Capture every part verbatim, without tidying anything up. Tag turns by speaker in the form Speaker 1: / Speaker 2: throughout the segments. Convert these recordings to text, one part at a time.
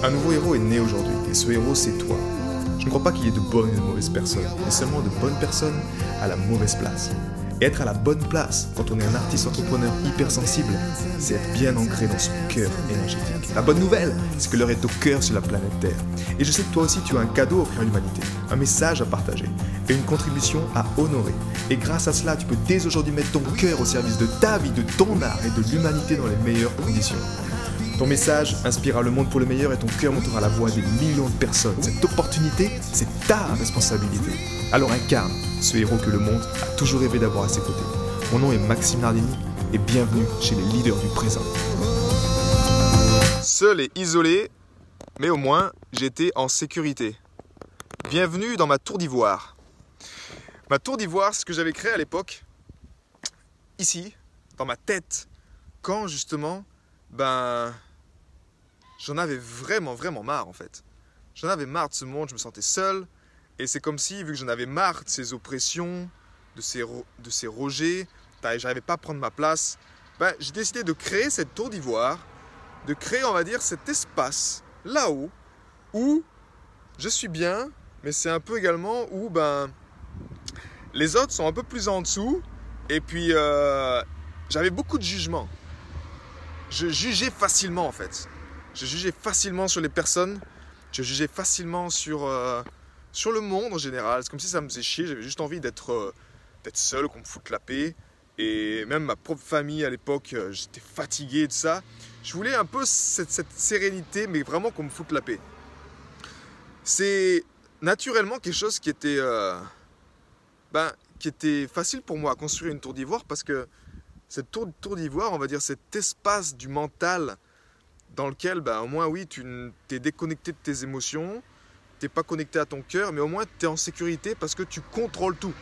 Speaker 1: Un nouveau héros est né aujourd'hui, et ce héros c'est toi. Je ne crois pas qu'il y ait de bonnes et de mauvaises personnes, mais seulement de bonnes personnes à la mauvaise place. Et être à la bonne place, quand on est un artiste entrepreneur hypersensible, c'est être bien ancré dans son cœur énergétique. La bonne nouvelle, c'est que l'heure est au cœur sur la planète Terre. Et je sais que toi aussi tu as un cadeau à offrir à l'humanité, un message à partager, et une contribution à honorer. Et grâce à cela, tu peux dès aujourd'hui mettre ton cœur au service de ta vie, de ton art et de l'humanité dans les meilleures conditions. Ton message inspirera le monde pour le meilleur et ton cœur montera la voix des millions de personnes. Cette opportunité, c'est ta responsabilité. Alors incarne ce héros que le monde a toujours rêvé d'avoir à ses côtés. Mon nom est Maxime Nardini et bienvenue chez les leaders du présent.
Speaker 2: Seul et isolé, mais au moins j'étais en sécurité. Bienvenue dans ma tour d'ivoire. Ma tour d'ivoire, c'est ce que j'avais créé à l'époque, ici, dans ma tête, quand justement, ben, j'en avais vraiment, vraiment marre en fait. J'en avais marre de ce monde, je me sentais seul. Et c'est comme si, vu que j'en avais marre de ces oppressions, de ces, de ces rejets, j'arrivais pas à prendre ma place, ben, j'ai décidé de créer cette tour d'ivoire, de créer, on va dire, cet espace là-haut où je suis bien, mais c'est un peu également où ben, les autres sont un peu plus en dessous. Et puis, euh, j'avais beaucoup de jugement. Je jugeais facilement en fait. Je jugeais facilement sur les personnes. Je jugeais facilement sur, euh, sur le monde en général. C'est comme si ça me faisait chier. J'avais juste envie d'être euh, d'être seul, qu'on me foute la paix. Et même ma propre famille à l'époque, euh, j'étais fatigué de ça. Je voulais un peu cette, cette sérénité, mais vraiment qu'on me foute la paix. C'est naturellement quelque chose qui était, euh, ben, qui était facile pour moi à construire une tour d'ivoire parce que cette tour, tour d'ivoire, on va dire cet espace du mental dans lequel, ben, au moins, oui, tu es déconnecté de tes émotions, tu n'es pas connecté à ton cœur, mais au moins, tu es en sécurité parce que tu contrôles tout.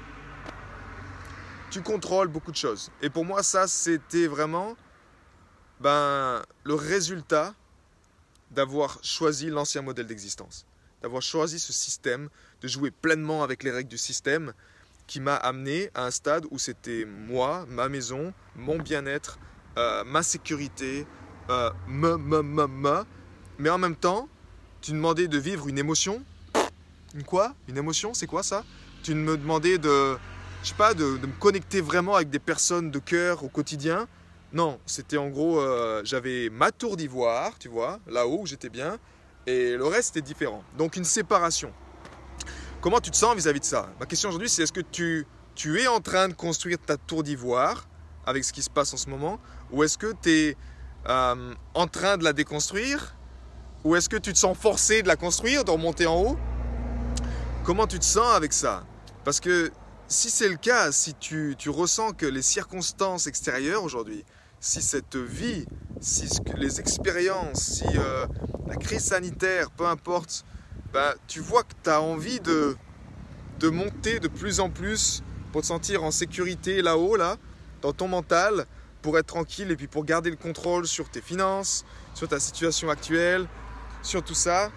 Speaker 2: Tu contrôles beaucoup de choses. Et pour moi, ça, c'était vraiment ben, le résultat d'avoir choisi l'ancien modèle d'existence, d'avoir choisi ce système, de jouer pleinement avec les règles du système, qui m'a amené à un stade où c'était moi, ma maison, mon bien-être, euh, ma sécurité, euh, me, me, me, me. Mais en même temps, tu me demandais de vivre une émotion. Une quoi? Une émotion, c'est quoi ça? Tu me demandais de, je sais pas, de, de me connecter vraiment avec des personnes de cœur au quotidien. Non, c'était en gros, euh, j'avais ma tour d'ivoire, tu vois, là-haut où j'étais bien, et le reste était différent. Donc une séparation. Comment tu te sens vis-à-vis de ça? Ma question aujourd'hui, c'est est-ce que tu, tu es en train de construire ta tour d'ivoire avec ce qui se passe en ce moment? Ou est-ce que tu es euh, en train de la déconstruire? Ou est-ce que tu te sens forcé de la construire, de remonter en haut? Comment tu te sens avec ça? Parce que si c'est le cas, si tu, tu ressens que les circonstances extérieures aujourd'hui, si cette vie, si les expériences, si euh, la crise sanitaire, peu importe, ben, tu vois que tu as envie de, de monter de plus en plus pour te sentir en sécurité là-haut, là, dans ton mental, pour être tranquille et puis pour garder le contrôle sur tes finances, sur ta situation actuelle, sur tout ça.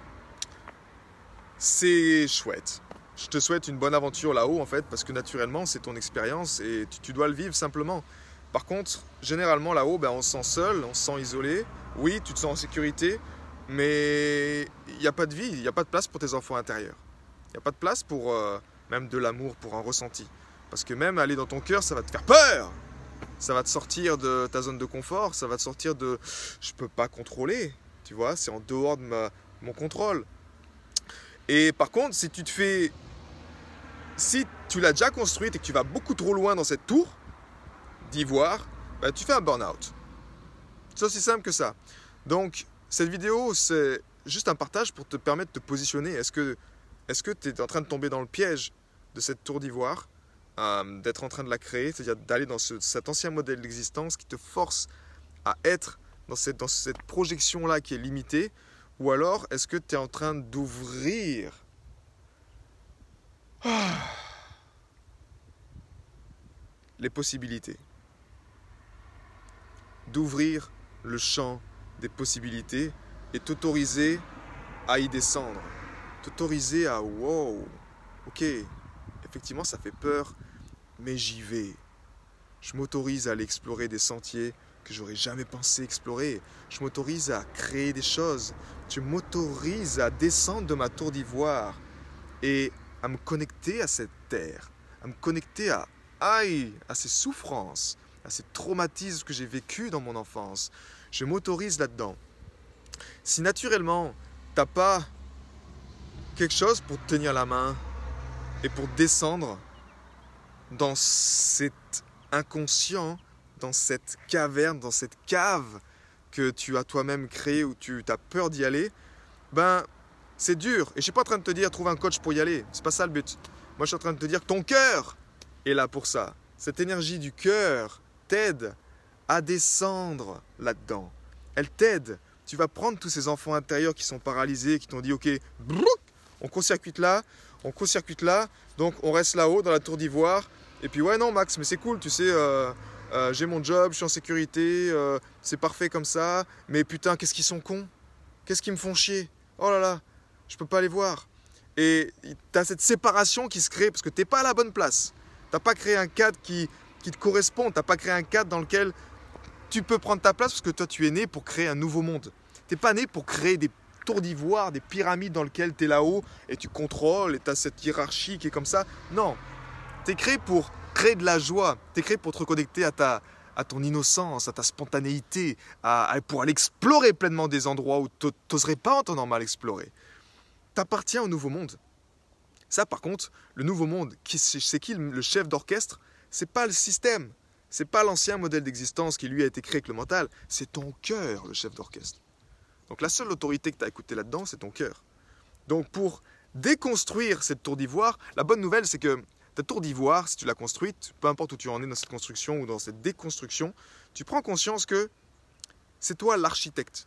Speaker 2: C'est chouette. Je te souhaite une bonne aventure là-haut en fait, parce que naturellement c'est ton expérience et tu, tu dois le vivre simplement. Par contre, généralement là-haut, ben, on se sent seul, on se sent isolé. Oui, tu te sens en sécurité, mais il n'y a pas de vie, il n'y a pas de place pour tes enfants intérieurs. Il n'y a pas de place pour euh, même de l'amour, pour un ressenti. Parce que même aller dans ton cœur, ça va te faire peur. Ça va te sortir de ta zone de confort, ça va te sortir de « je ne peux pas contrôler ». Tu vois, c'est en dehors de ma, mon contrôle. Et par contre, si tu te fais... Si tu l'as déjà construite et que tu vas beaucoup trop loin dans cette tour d'ivoire, ben, tu fais un burn-out. C'est aussi simple que ça. Donc, cette vidéo, c'est juste un partage pour te permettre de te positionner. Est-ce que est-ce que tu es en train de tomber dans le piège de cette tour d'ivoire, euh, d'être en train de la créer, c'est-à-dire d'aller dans ce, cet ancien modèle d'existence qui te force à être dans cette, dans cette projection-là qui est limitée, ou alors est-ce que tu es en train d'ouvrir ah, les possibilités, d'ouvrir le champ des possibilités et t'autoriser à y descendre, t'autoriser à wow, ok, effectivement ça fait peur, mais j'y vais. Je m'autorise à aller explorer des sentiers que j'aurais jamais pensé explorer. Je m'autorise à créer des choses. Je m'autorise à descendre de ma tour d'ivoire et à me connecter à cette terre, à me connecter à, aïe, à ces souffrances, à ces traumatismes que j'ai vécus dans mon enfance. Je m'autorise là-dedans. Si naturellement, t'as pas quelque chose pour te tenir la main et pour descendre dans cet inconscient, dans cette caverne, dans cette cave que tu as toi-même créée où tu as peur d'y aller, ben c'est dur. Et je suis pas en train de te dire trouve un coach pour y aller. C'est pas ça le but. Moi je suis en train de te dire que ton cœur est là pour ça. Cette énergie du cœur t'aide à descendre là-dedans. Elle t'aide. Tu vas prendre tous ces enfants intérieurs qui sont paralysés, qui t'ont dit ok, brouk, on court-circuite là, on court-circuite là, donc on reste là-haut dans la tour d'ivoire. Et puis ouais non Max, mais c'est cool, tu sais, euh, euh, j'ai mon job, je suis en sécurité, euh, c'est parfait comme ça. Mais putain, qu'est-ce qu'ils sont cons? Qu'est-ce qu'ils me font chier? Oh là là, je peux pas les voir. Et tu as cette séparation qui se crée parce que tu n'es pas à la bonne place. Tu n'as pas créé un cadre qui, qui te correspond. Tu n'as pas créé un cadre dans lequel tu peux prendre ta place parce que toi, tu es né pour créer un nouveau monde. Tu n'es pas né pour créer des tours d'ivoire, des pyramides dans lesquelles tu es là-haut et tu contrôles et tu as cette hiérarchie qui est comme ça. Non, tu es créé pour créer de la joie. Tu es créé pour te reconnecter à, ta, à ton innocence, à ta spontanéité, à, à, pour aller explorer pleinement des endroits où tu n'oserais pas en temps normal explorer. T'appartiens au nouveau monde. Ça, par contre, le nouveau monde, c'est qui le chef d'orchestre? C'est pas le système, c'est pas l'ancien modèle d'existence qui lui a été créé avec le mental, c'est ton cœur, le chef d'orchestre. Donc la seule autorité que tu as écoutée là-dedans, c'est ton cœur. Donc pour déconstruire cette tour d'ivoire, la bonne nouvelle, c'est que ta tour d'ivoire, si tu l'as construite, peu importe où tu en es dans cette construction ou dans cette déconstruction, tu prends conscience que c'est toi l'architecte.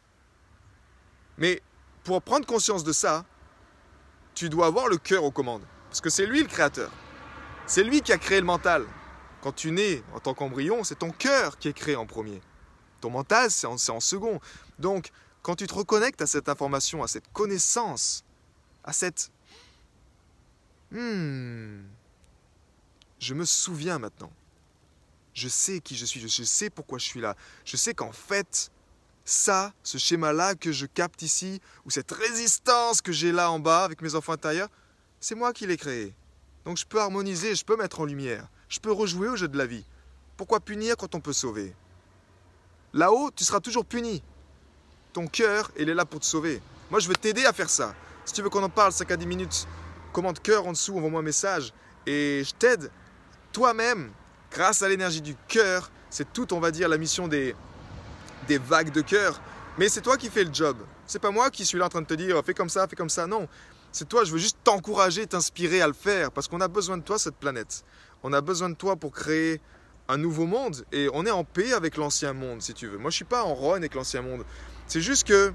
Speaker 2: Mais pour prendre conscience de ça, tu dois avoir le cœur aux commandes. Parce que c'est lui le créateur. C'est lui qui a créé le mental. Quand tu nais en tant qu'embryon, c'est ton cœur qui est créé en premier. Ton mental, c'est en, c'est en second. Donc, quand tu te reconnectes à cette information, à cette connaissance, à cette... Hmm, je me souviens maintenant. Je sais qui je suis, je sais pourquoi je suis là. Je sais qu'en fait... Ça, ce schéma-là que je capte ici, ou cette résistance que j'ai là en bas avec mes enfants intérieurs, c'est moi qui l'ai créé. Donc je peux harmoniser, je peux mettre en lumière, je peux rejouer au jeu de la vie. Pourquoi punir quand on peut sauver? Là-haut, tu seras toujours puni. Ton cœur, il est là pour te sauver. Moi, je veux t'aider à faire ça. Si tu veux qu'on en parle cinq à dix minutes, commente cœur en dessous, envoie-moi un message. Et je t'aide toi-même, grâce à l'énergie du cœur. C'est toute, on va dire, la mission des... des vagues de cœur, mais c'est toi qui fais le job. C'est pas moi qui suis là en train de te dire fais comme ça, fais comme ça, non. C'est toi, je veux juste t'encourager, t'inspirer à le faire, parce qu'on a besoin de toi, cette planète. On a besoin de toi pour créer un nouveau monde, et on est en paix avec l'ancien monde, si tu veux. Moi, je suis pas en rogne avec l'ancien monde. C'est juste que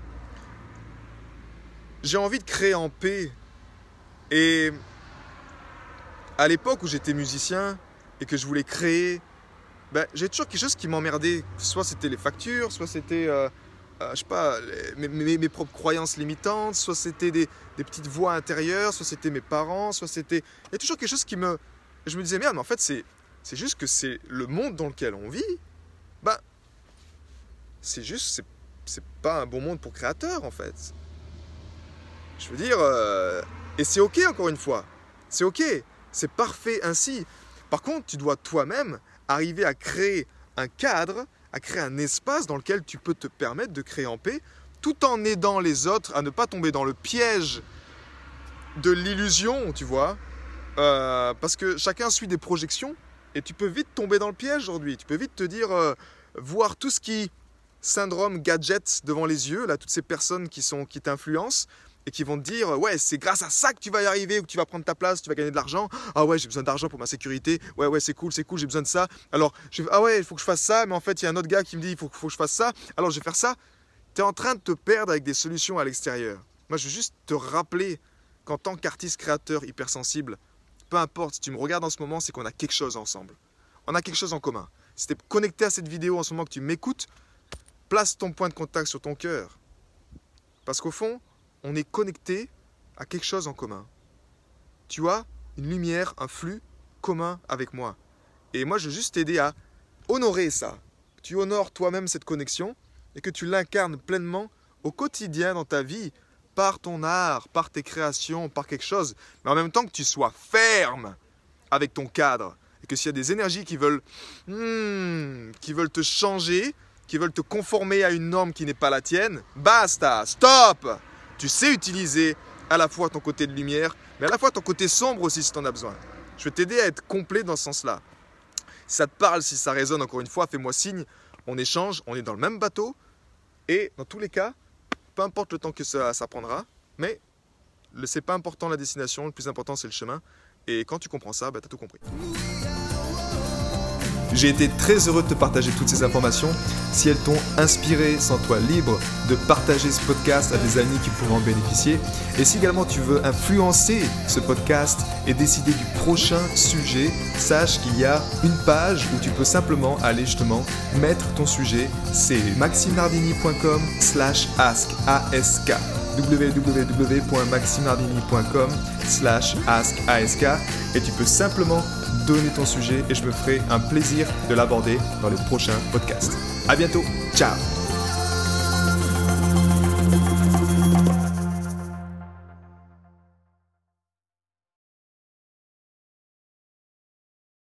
Speaker 2: j'ai envie de créer en paix. Et à l'époque où j'étais musicien, et que je voulais créer, ben, j'ai toujours quelque chose qui m'emmerdait. Soit c'était les factures, soit c'était, euh, euh, je sais pas, les, mes, mes propres croyances limitantes, soit c'était des, des petites voix intérieures, soit c'était mes parents, soit c'était... Il y a toujours quelque chose qui me... Je me disais, merde, mais en fait, c'est, c'est juste que c'est le monde dans lequel on vit. Ben, c'est juste, c'est, c'est pas un bon monde pour créateur, en fait. Je veux dire... Euh, et c'est ok, encore une fois. C'est ok. C'est parfait ainsi. Par contre, tu dois toi-même... arriver à créer un cadre, à créer un espace dans lequel tu peux te permettre de créer en paix, tout en aidant les autres à ne pas tomber dans le piège de l'illusion, tu vois. Euh, parce que chacun suit des projections et tu peux vite tomber dans le piège aujourd'hui. Tu peux vite te dire, euh, voir tout ce qui, syndrome gadget devant les yeux, là, toutes ces personnes qui, sont, qui t'influencent, et qui vont te dire « Ouais, c'est grâce à ça que tu vas y arriver, ou que tu vas prendre ta place, tu vas gagner de l'argent. Ah ouais, j'ai besoin d'argent pour ma sécurité. Ouais, ouais, c'est cool, c'est cool, j'ai besoin de ça. Alors, je... ah ouais, il faut que je fasse ça, mais en fait, il y a un autre gars qui me dit « Il faut, faut que je fasse ça. Alors, je vais faire ça. » Tu es en train de te perdre avec des solutions à l'extérieur. Moi, je veux juste te rappeler qu'en tant qu'artiste créateur hypersensible, peu importe, si tu me regardes en ce moment, c'est qu'on a quelque chose ensemble. On a quelque chose en commun. Si tu es connecté à cette vidéo en ce moment, que tu m'écoutes, place ton point de contact sur ton cœur. Parce qu'au fond, on est connecté à quelque chose en commun. Tu as une lumière, un flux commun avec moi. Et moi, je veux juste t'aider à honorer ça. tu honores toi-même cette connexion et que tu l'incarnes pleinement au quotidien dans ta vie, par ton art, par tes créations, par quelque chose, mais en même temps que tu sois ferme avec ton cadre. Et que s'il y a des énergies qui veulent, hmm, qui veulent te changer, qui veulent te conformer à une norme qui n'est pas la tienne, basta, stop! Tu sais utiliser à la fois ton côté de lumière, mais à la fois ton côté sombre aussi si tu en as besoin. Je vais t'aider à être complet dans ce sens-là. Si ça te parle, si ça résonne, encore une fois, fais-moi signe, on échange, on est dans le même bateau, et dans tous les cas, peu importe le temps que ça, ça prendra, mais ce n'est pas important la destination, le plus important c'est le chemin, et quand tu comprends ça, bah, tu as tout compris.
Speaker 1: J'ai été très heureux de te partager toutes ces informations. Si elles t'ont inspiré, sens-toi libre de partager ce podcast à des amis qui pourront en bénéficier. Et si également tu veux influencer ce podcast et décider du prochain sujet, sache qu'il y a une page où tu peux simplement aller justement mettre ton sujet. C'est maximnardini.com slash ask, A-S-K. w w w point maximnardini point com slash ask, A-S-K. Et tu peux simplement donner ton sujet et je me ferai un plaisir de l'aborder dans les prochains podcasts. À bientôt, ciao!